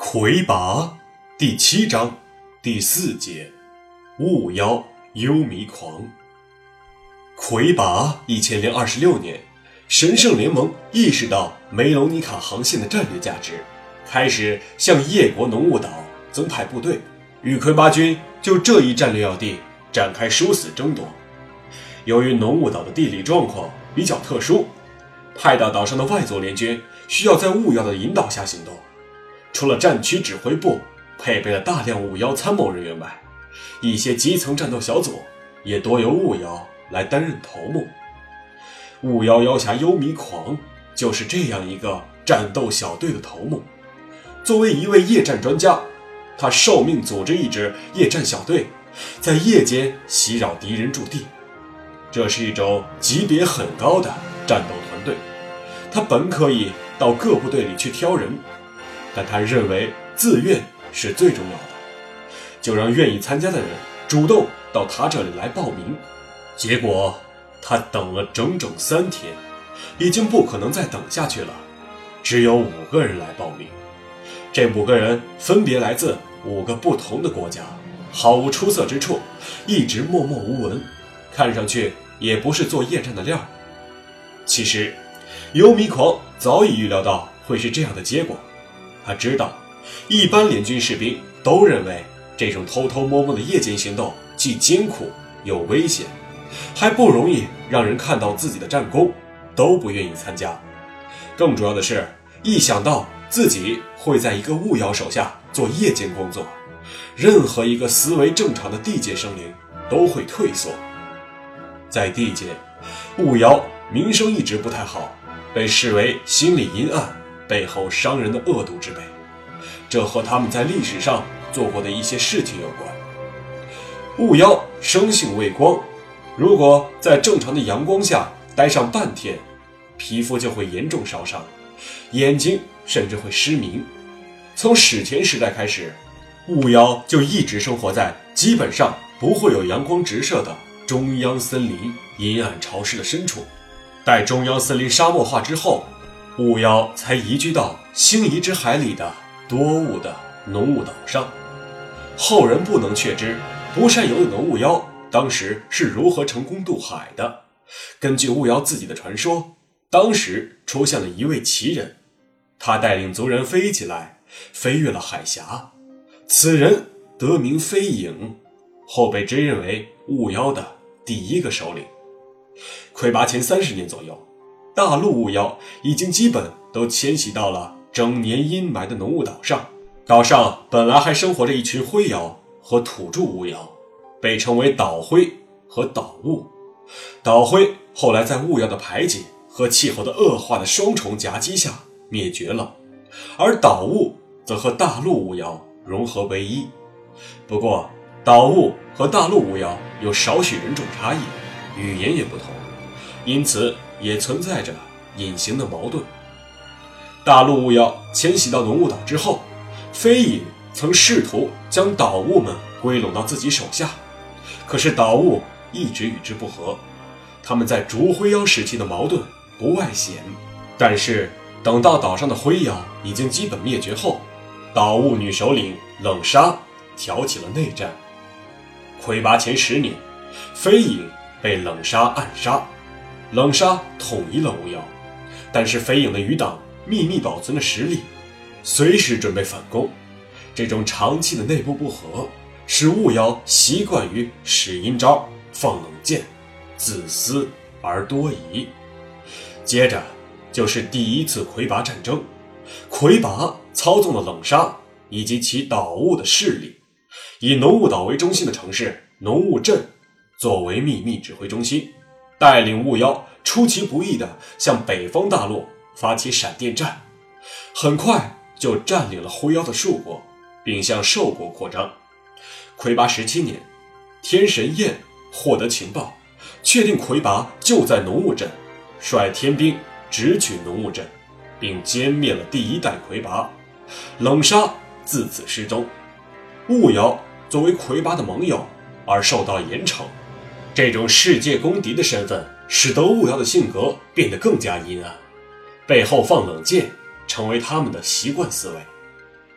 魁拔第7章第4节，雾妖幽迷狂。魁拔1026年，神圣联盟意识到梅隆尼卡航线的战略价值，开始向夜国浓雾岛增派部队，与魁拔军就这一战略要地展开殊死争夺。由于浓雾岛的地理状况比较特殊，派到岛上的外族联军需要在雾妖的引导下行动。除了战区指挥部配备了大量雾妖参谋人员外，一些基层战斗小组也多由雾妖来担任头目。雾妖妖侠幽迷狂就是这样一个战斗小队的头目。作为一位夜战专家，他受命组织一支夜战小队，在夜间袭扰敌人驻地。这是一种级别很高的战斗团队，他本可以到各部队里去挑人，但他认为自愿是最重要的，就让愿意参加的人主动到他这里来报名。结果他等了整整3天，已经不可能再等下去了。只有5个人来报名，这5个人分别来自5个不同的国家，毫无出色之处，一直默默无闻，看上去也不是做夜战的料。其实幽迷狂早已预料到会是这样的结果。他知道一般联军士兵都认为这种偷偷摸摸的夜间行动既艰苦又危险，还不容易让人看到自己的战功，都不愿意参加。更主要的是，一想到自己会在一个雾妖手下做夜间工作，任何一个思维正常的地界生灵都会退缩。在地界，雾妖名声一直不太好，被视为心理阴暗，背后伤人的恶毒之辈，这和他们在历史上做过的一些事情有关。雾妖生性畏光，如果在正常的阳光下待上半天，皮肤就会严重烧伤，眼睛甚至会失明。从史前时代开始，雾妖就一直生活在基本上不会有阳光直射的中央森林阴暗潮湿的深处。待中央森林沙漠化之后，雾妖才移居到星移之海里的多雾的浓雾岛上。后人不能确知不善游泳的雾妖当时是如何成功渡海的。根据雾妖自己的传说，当时出现了一位奇人，他带领族人飞起来，飞越了海峡。此人得名飞影，后被追认为雾妖的第1个首领。魁拔前30年左右，大陆雾妖已经基本都迁徙到了整年阴霾的浓雾岛上。岛上本来还生活着一群灰妖和土著雾妖，被称为岛灰和岛雾。岛灰后来在雾妖的排挤和气候的恶化的双重夹击下灭绝了，而岛雾则和大陆雾妖融合为一。不过岛雾和大陆雾妖有少许人种差异，语言也不同，因此也存在着隐形的矛盾。大陆雾妖迁徙到浓雾岛之后，飞影曾试图将岛雾们归拢到自己手下，可是岛雾一直与之不和。他们在烛灰妖时期的矛盾不外显，但是等到岛上的灰妖已经基本灭绝后，岛雾女首领冷莎挑起了内战。魁拔前10年，飞影被冷莎暗杀，冷莎统一了雾妖，但是飞影的余党秘密保存了实力，随时准备反攻。这种长期的内部不和使雾妖习惯于使阴招、放冷箭，自私而多疑。接着就是第1次魁拔战争，魁拔操纵了冷莎以及其岛雾的势力，以浓雾岛为中心的城市浓雾镇作为秘密指挥中心，带领雾妖出其不意地向北方大陆发起闪电战，很快就占领了灰妖的树国，并向兽国扩张。魁拔17年，天神焰获得情报，确定魁拔就在浓雾镇，率天兵直取浓雾镇，并歼灭了第1代魁拔。冷莎自此失踪。雾妖作为魁拔的盟友而受到严惩，这种世界公敌的身份使得雾妖的性格变得更加阴暗，背后放冷箭成为他们的习惯思维。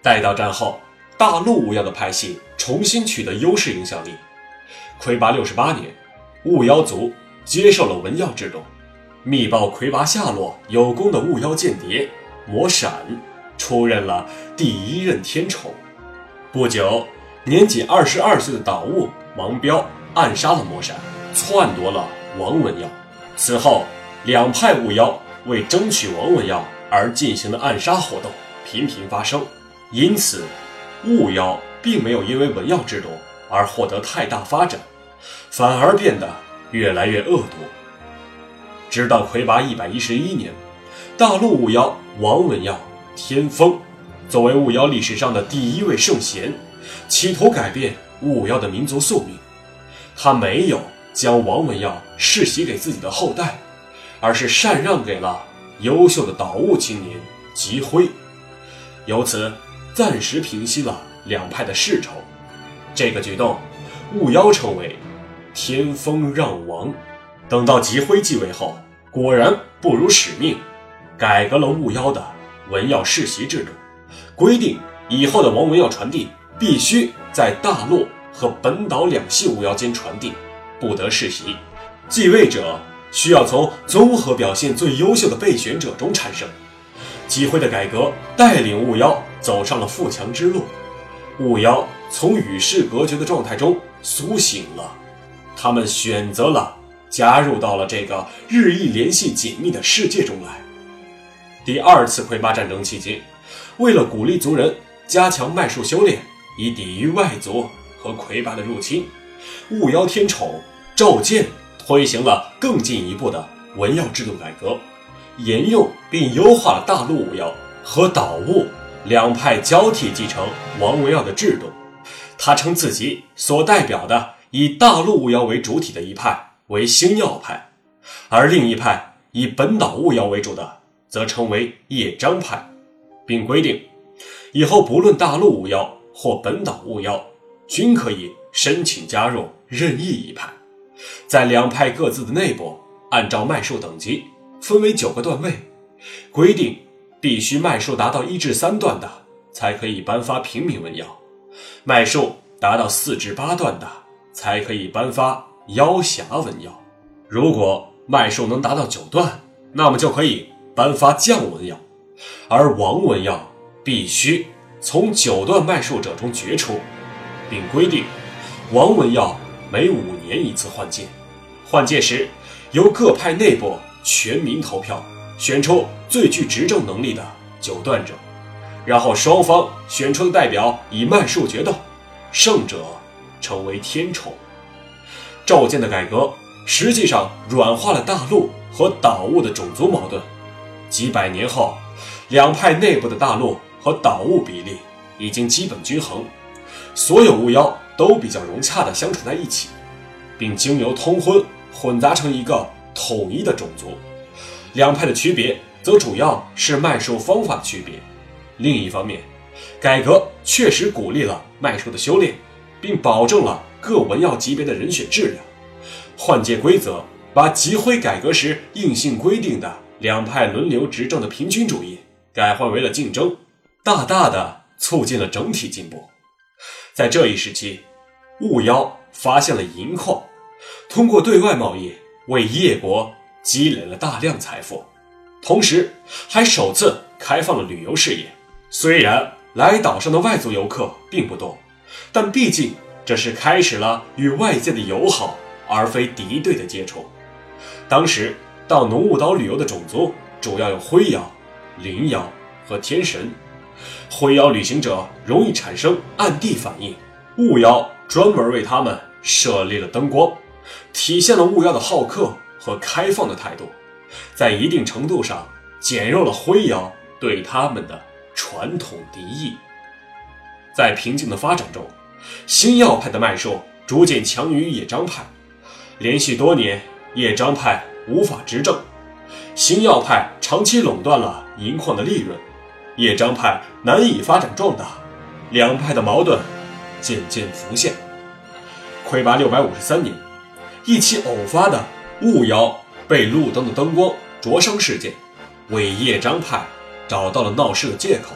待到战后，大陆巫妖的派系重新取得优势影响力。魁拔68年，巫妖族接受了文耀制度，密报魁拔下落有功的巫妖间谍魔闪出任了第1任天宠。不久，年仅22岁的岛巫王彪暗杀了魔闪，篡夺了王文耀。此后，两派巫妖为争取王文耀而进行的暗杀活动频频发生，因此巫妖并没有因为文耀制度而获得太大发展，反而变得越来越恶毒。直到魁拔111年，大陆巫妖王文耀天风作为巫妖历史上的第1位圣贤，企图改变巫妖的民族宿命。他没有将王文耀世袭给自己的后代，而是禅让给了优秀的岛巫青年吉辉，由此暂时平息了两派的世仇。这个举动，巫妖称为天风让王。等到吉辉继位后，果然不辱使命，改革了巫妖的文耀世袭制度，规定以后的王文耀传递必须在大陆和本岛两系巫妖间传递，不得世袭。继位者需要从综合表现最优秀的备选者中产生。吉辉的改革带领巫妖走上了富强之路，巫妖从与世隔绝的状态中苏醒了，他们选择了加入到了这个日益联系紧密的世界中来。第2次魁拔战争期间，为了鼓励族人加强脉术修炼，以抵御外族和魁拔的入侵，巫妖天宠赵建推行了更进一步的文耀制度改革，沿用并优化了大陆巫妖和岛巫两派交替继承王文耀的制度。他称自己所代表的以大陆巫妖为主体的一派为星耀派，而另一派以本岛巫妖为主的则称为叶章派，并规定以后不论大陆巫妖或本岛巫妖均可以申请加入任意一派。在两派各自的内部按照脉术等级分为9个段位，规定必须脉术达到1至3段的才可以颁发平民文耀，脉术达到4至8段的才可以颁发妖侠文耀。如果脉术能达到9段，那么就可以颁发将文耀，而王文耀必须从9段脉术者中决出，并规定王文耀每5年一次换届，换届时由各派内部全民投票选出最具执政能力的9段者，然后双方选出的代表以脉术决斗，胜者成为天宠。赵建的改革实际上软化了大陆和岛巫的种族矛盾，几百年后，两派内部的大陆和岛巫比例已经基本均衡，所有巫妖都比较融洽地相处在一起，并经由通婚混杂成一个统一的种族。两派的区别则主要是脉术方法的区别。另一方面，改革确实鼓励了脉术的修炼，并保证了各文耀级别的人选质量。换届规则把吉辉改革时硬性规定的两派轮流执政的平均主义改换为了竞争，大大的促进了整体进步。在这一时期，巫妖发现了银矿，通过对外贸易为叶国积累了大量财富，同时还首次开放了旅游事业。虽然来岛上的外族游客并不多，但毕竟这是开始了与外界的友好而非敌对的接触。当时到浓雾岛旅游的种族主要有灰妖、灵妖和天神。灰妖旅行者容易产生暗地反应，雾妖专门为他们设立了灯光，体现了雾妖的好客和开放的态度，在一定程度上减弱了灰妖对他们的传统敌意。在平静的发展中，星耀派的脉术逐渐强于叶章派，连续多年叶章派无法执政，星耀派长期垄断了银矿的利润，叶章派难以发展壮大，两派的矛盾渐渐浮现。魁拔653年，一起偶发的雾妖被路灯的灯光灼伤事件，为叶章派找到了闹事的借口，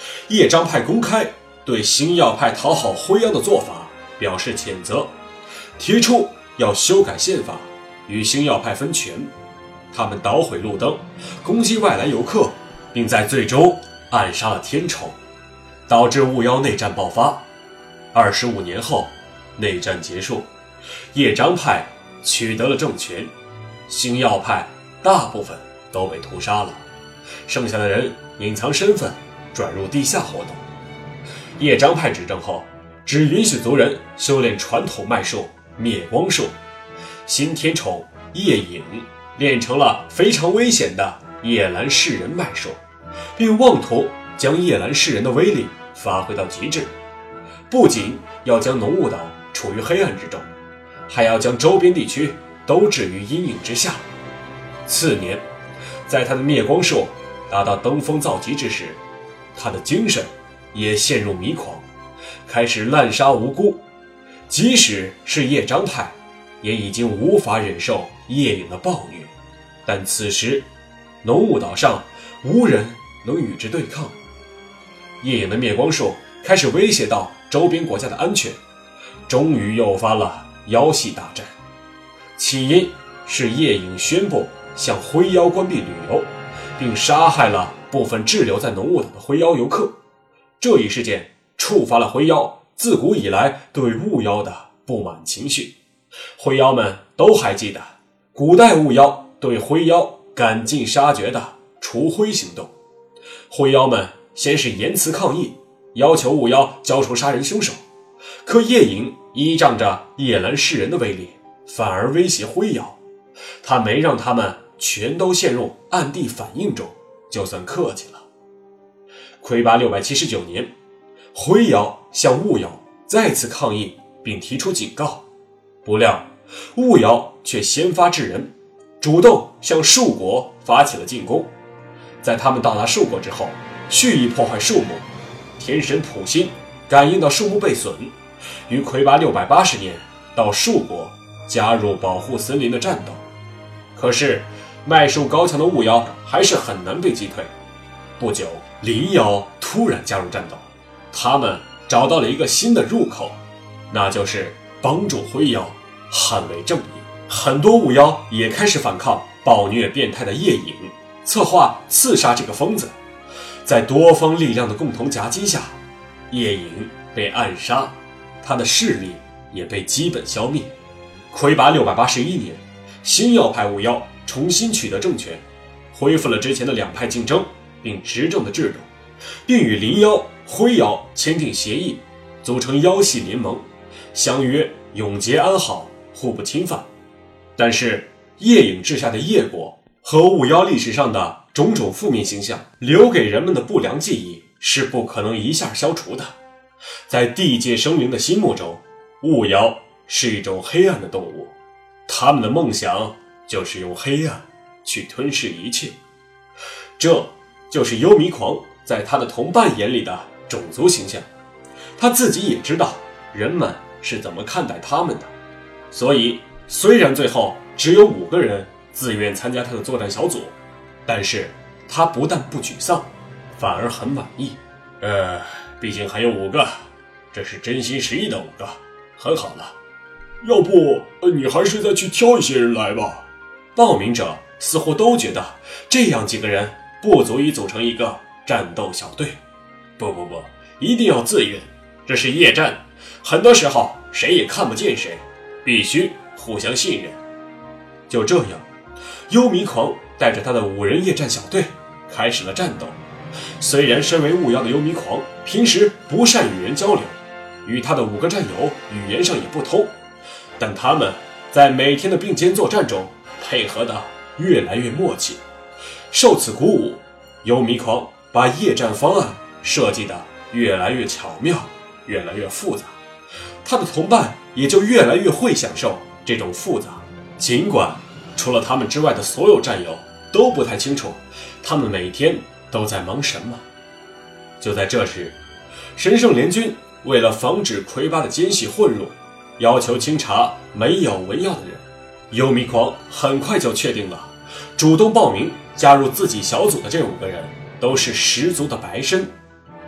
叶章派公开对星耀派讨好辉耀的做法表示谴责，提出要修改宪法，与星耀派分权。他们捣毁路灯，攻击外来游客，并在最终暗杀了天宠，导致巫妖内战爆发。25年后，内战结束，叶章派取得了政权，星耀派大部分都被屠杀了，剩下的人隐藏身份，转入地下活动。叶章派执政后，只允许族人修炼传统脉术灭光术，新天宠叶隐练成了非常危险的夜兰噬人脉术，并妄图将夜兰噬人的威力发挥到极致，不仅要将浓雾岛处于黑暗之中，还要将周边地区都置于阴影之下。次年，在他的灭光术达到登峰造极之时，他的精神也陷入迷狂，开始滥杀无辜。即使是叶章派，也已经无法忍受叶隐的暴虐，但此时浓雾岛上无人能与之对抗。叶隐的灭光术开始威胁到周边国家的安全，终于诱发了妖系大战。起因是叶隐宣布向灰妖关闭旅游，并杀害了部分滞留在浓雾岛的灰妖游客。这一事件触发了灰妖自古以来对雾妖的不满情绪。灰妖们都还记得古代雾妖对灰妖赶尽杀绝的除灰行动。灰妖们先是言辞抗议，要求雾妖交出杀人凶手，可叶隐依仗着夜兰噬人的威力，反而威胁灰妖。他没让他们全都陷入暗地反应中，就算客气了。魁拔679年，灰妖向雾妖再次抗议并提出警告，不料雾妖却先发制人，主动向树国发起了进攻。在他们到达树国之后，蓄意破坏树木，天神普辛感应到树木被损，于魁拔680年到树国加入保护森林的战斗。可是脉术高强的雾妖还是很难被击退。不久，灵妖突然加入战斗，他们找到了一个新的入口，那就是帮助灰妖捍卫正义。很多雾妖也开始反抗暴虐变态的叶隐，策划刺杀这个疯子。在多方力量的共同夹击下，叶隐被暗杀，他的势力也被基本消灭。魁拔681年，星耀派雾妖重新取得政权，恢复了之前的两派竞争并执政的制度，并与灵妖、灰妖签订协议，组成妖系联盟，相约永结安好，互不侵犯。但是叶隐治下的叶国和雾妖历史上的种种负面形象留给人们的不良记忆是不可能一下消除的。在地界生灵的心目中，雾妖是一种黑暗的动物，他们的梦想就是用黑暗去吞噬一切。这就是幽迷狂在他的同伴眼里的种族形象。他自己也知道人们是怎么看待他们的，所以虽然最后只有5个人自愿参加他的作战小组，但是他不但不沮丧，反而很满意。毕竟还有5个，这是真心实意的5个，很好了。要不你还是再去挑一些人来吧。报名者似乎都觉得这样几个人不足以组成一个战斗小队。不，一定要自愿，这是夜战，很多时候谁也看不见谁，必须互相信任。就这样，幽迷狂带着他的5人夜战小队开始了战斗。虽然身为雾妖的幽迷狂平时不善与人交流，与他的5个战友语言上也不通，但他们在每天的并肩作战中配合得越来越默契。受此鼓舞，幽迷狂把夜战方案设计得越来越巧妙，越来越复杂，他的同伴也就越来越会享受这种复杂。尽管除了他们之外的所有战友都不太清楚他们每天都在忙什么。就在这时，神圣联军为了防止魁拔的奸细混入，要求清查没有文药的人。幽迷狂很快就确定了，主动报名加入自己小组的这5个人都是十足的白身。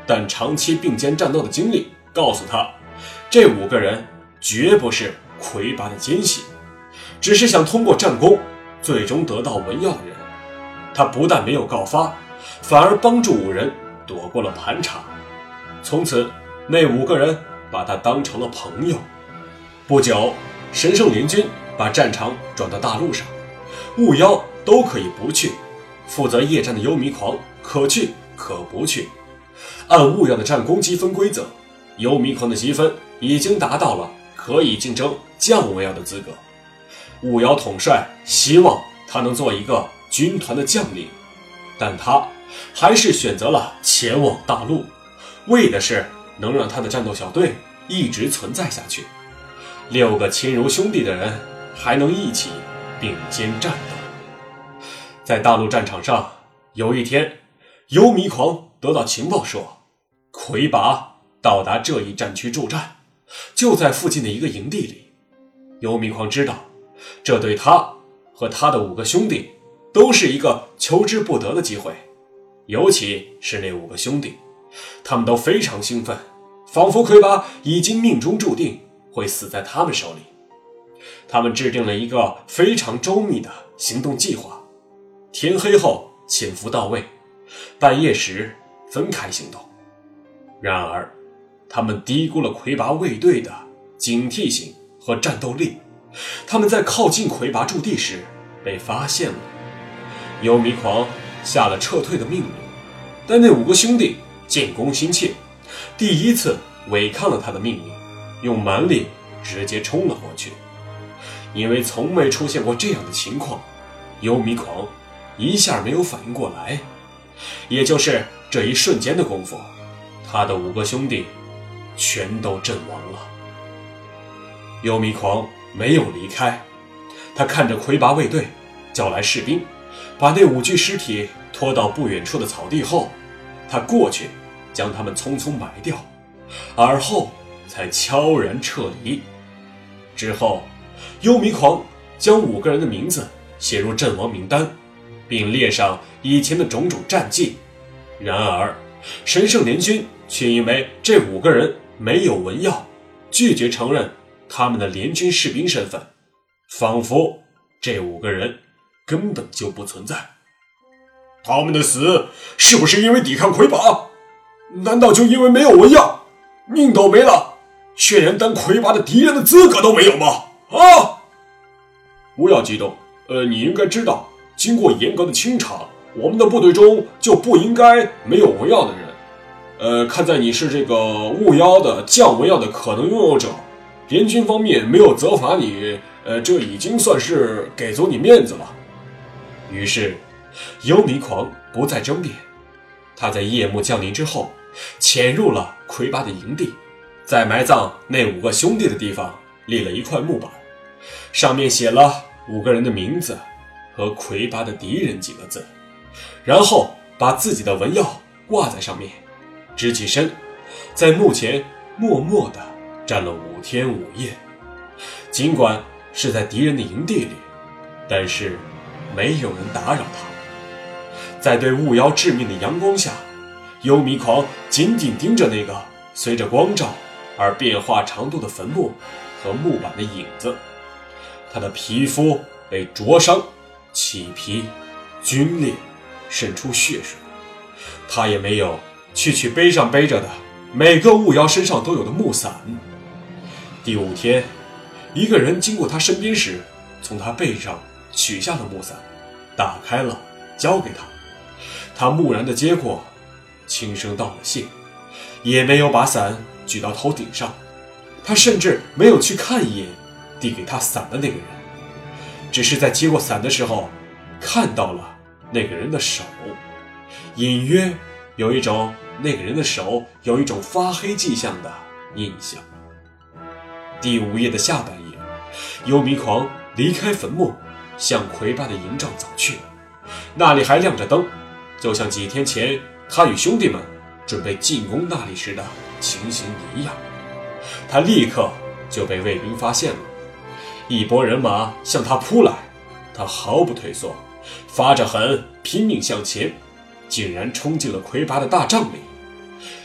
但长期并肩战斗的经历告诉他，这5个人绝不是魁拔的奸细，只是想通过战功最终得到文耀的人。他不但没有告发，反而帮助5人躲过了盘查。从此那5个人把他当成了朋友。不久，神圣联军把战场转到大陆上，雾妖都可以不去，负责夜战的幽迷狂可去可不去。按雾妖的战功积分规则，幽迷狂的积分已经达到了可以竞争将文耀的资格。雾妖统帅希望他能做一个军团的将领，但他还是选择了前往大陆，为的是能让他的战斗小队一直存在下去。6个亲如兄弟的人还能一起并肩战斗。在大陆战场上，有一天，幽迷狂得到情报说，魁拔到达这一战区助战，就在附近的一个营地里。幽迷狂知道，这对他和他的5个兄弟都是一个求之不得的机会，尤其是那5个兄弟，他们都非常兴奋，仿佛魁拔已经命中注定会死在他们手里。他们制定了一个非常周密的行动计划，天黑后潜伏到位，半夜时分开行动。然而他们低估了魁拔卫队的警惕性和战斗力，他们在靠近魁拔驻地时被发现了。幽迷狂下了撤退的命令，但那5个兄弟建功心切，第一次违抗了他的命令，用蛮力直接冲了过去。因为从未出现过这样的情况，幽迷狂一下没有反应过来，也就是这一瞬间的功夫，他的5个兄弟全都阵亡了。幽迷狂没有离开，他看着魁拔卫队叫来士兵，把那5具尸体拖到不远处的草地后，他过去将他们匆匆埋掉，而后才悄然撤离。之后幽迷狂将5个人的名字写入阵亡名单，并列上以前的种种战绩。然而神圣联军却因为这5个人没有文耀，拒绝承认他们的联军士兵身份，仿佛这5个人根本就不存在。他们的死是不是因为抵抗魁拔？难道就因为没有文耀，命都没了，却连当魁拔的敌人的资格都没有吗？啊！不要激动，你应该知道，经过严格的清查，我们的部队中就不应该没有文耀的人。看在你是这个雾妖的降文耀的可能拥有者，联军方面没有责罚你，这已经算是给足你面子了。于是幽迷狂不再争辩，他在夜幕降临之后潜入了魁拔的营地，在埋葬那5个兄弟的地方立了一块木板，上面写了5个人的名字和魁拔的敌人几个字，然后把自己的文耀挂在上面，直起身，在墓前默默地站了5天5夜。尽管是在敌人的营地里，但是没有人打扰他。在对雾妖致命的阳光下，幽迷狂紧紧盯着那个随着光照而变化长度的坟墓和木板的影子。他的皮肤被灼伤，起皮、皲裂，渗出血水。他也没有去取背上背着的每个雾妖身上都有的木伞。第5天，一个人经过他身边时，从他背上取下了木伞，打开了，交给他。他木然地接过，轻声道了谢，也没有把伞举到头顶上。他甚至没有去看一眼递给他伞的那个人，只是在接过伞的时候看到了那个人的手，隐约有一种那个人的手有一种发黑迹象的印象。第5夜的下半夜，幽迷狂离开坟墓，向魁拔的营帐走去，那里还亮着灯，就像几天前他与兄弟们准备进攻那里时的情形一样。他立刻就被卫兵发现了，一拨人马向他扑来，他毫不退缩，发着狠拼命向前，竟然冲进了魁拔的大帐里。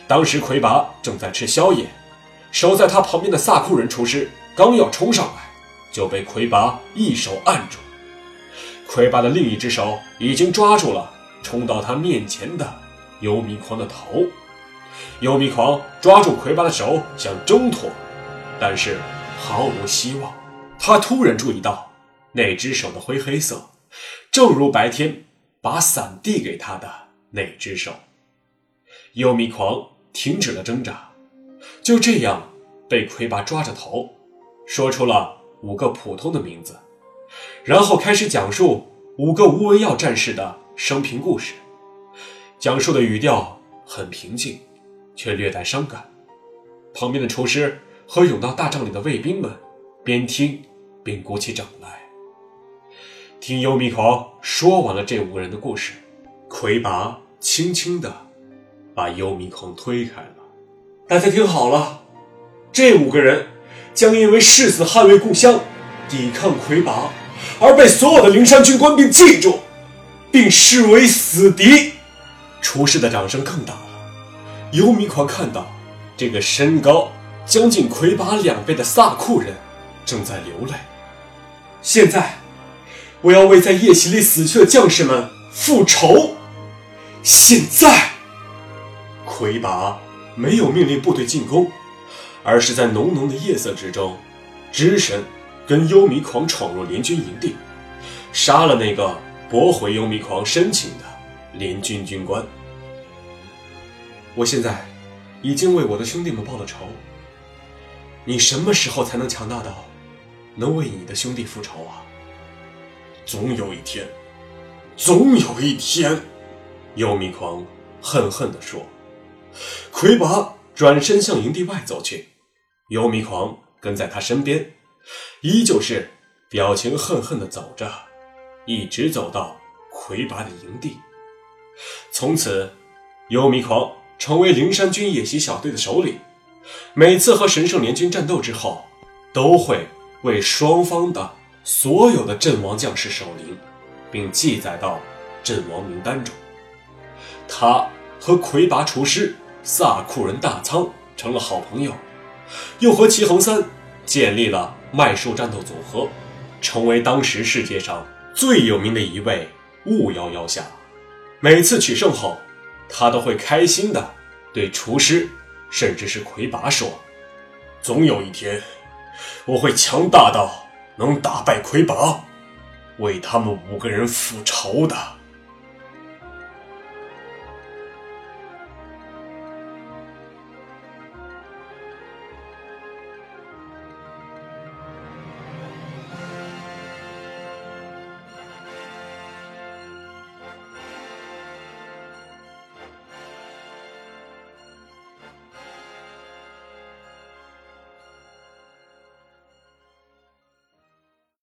当时魁拔正在吃宵夜，守在他旁边的萨库人厨师刚要冲上来，就被魁拔一手按住。魁拔的另一只手已经抓住了冲到他面前的幽弥狂的头。幽弥狂抓住魁拔的手想挣脱，但是毫无希望。他突然注意到那只手的灰黑色，正如白天把伞递给他的那只手。幽弥狂停止了挣扎，就这样被魁拔抓着头，说出了5个普通的名字，然后开始讲述5个无文耀战士的生平故事。讲述的语调很平静，却略带伤感。旁边的厨师和涌到大帐里的卫兵们边听边鼓起掌来。听幽弥狂说完了这5个人的故事，魁拔轻轻地把幽弥狂推开了。大家听好了，这5个人将因为誓死捍卫故乡，抵抗魁拔，而被所有的灵山军官兵记住，并视为死敌。厨师的掌声更大了。幽弥狂看到这个身高将近魁拔2倍的萨库人正在流泪。现在我要为在夜袭里死去的将士们复仇。现在魁拔没有命令部队进攻，而是在浓浓的夜色之中，只身跟幽弥狂闯入联军营地，杀了那个驳回幽弥狂申请的联军军官。我现在已经为我的兄弟们报了仇，你什么时候才能强大到能为你的兄弟复仇啊？总有一天，总有一天，幽弥狂恨恨地说。魁拔转身向营地外走去，幽弥狂跟在他身边，依旧是表情恨恨地走着，一直走到魁拔的营地。从此幽弥狂成为灵山军夜袭小队的首领，每次和神圣联军战斗之后，都会为双方的所有的阵亡将士守灵，并记载到阵亡名单中。他和魁拔厨师、萨库人大仓成了好朋友，又和齐恒三建立了麦树战斗组合，成为当时世界上最有名的一位雾妖妖侠。每次取胜后，他都会开心地对厨师甚至是魁拔说，总有一天我会强大到能打败魁拔，为他们5个人复仇的。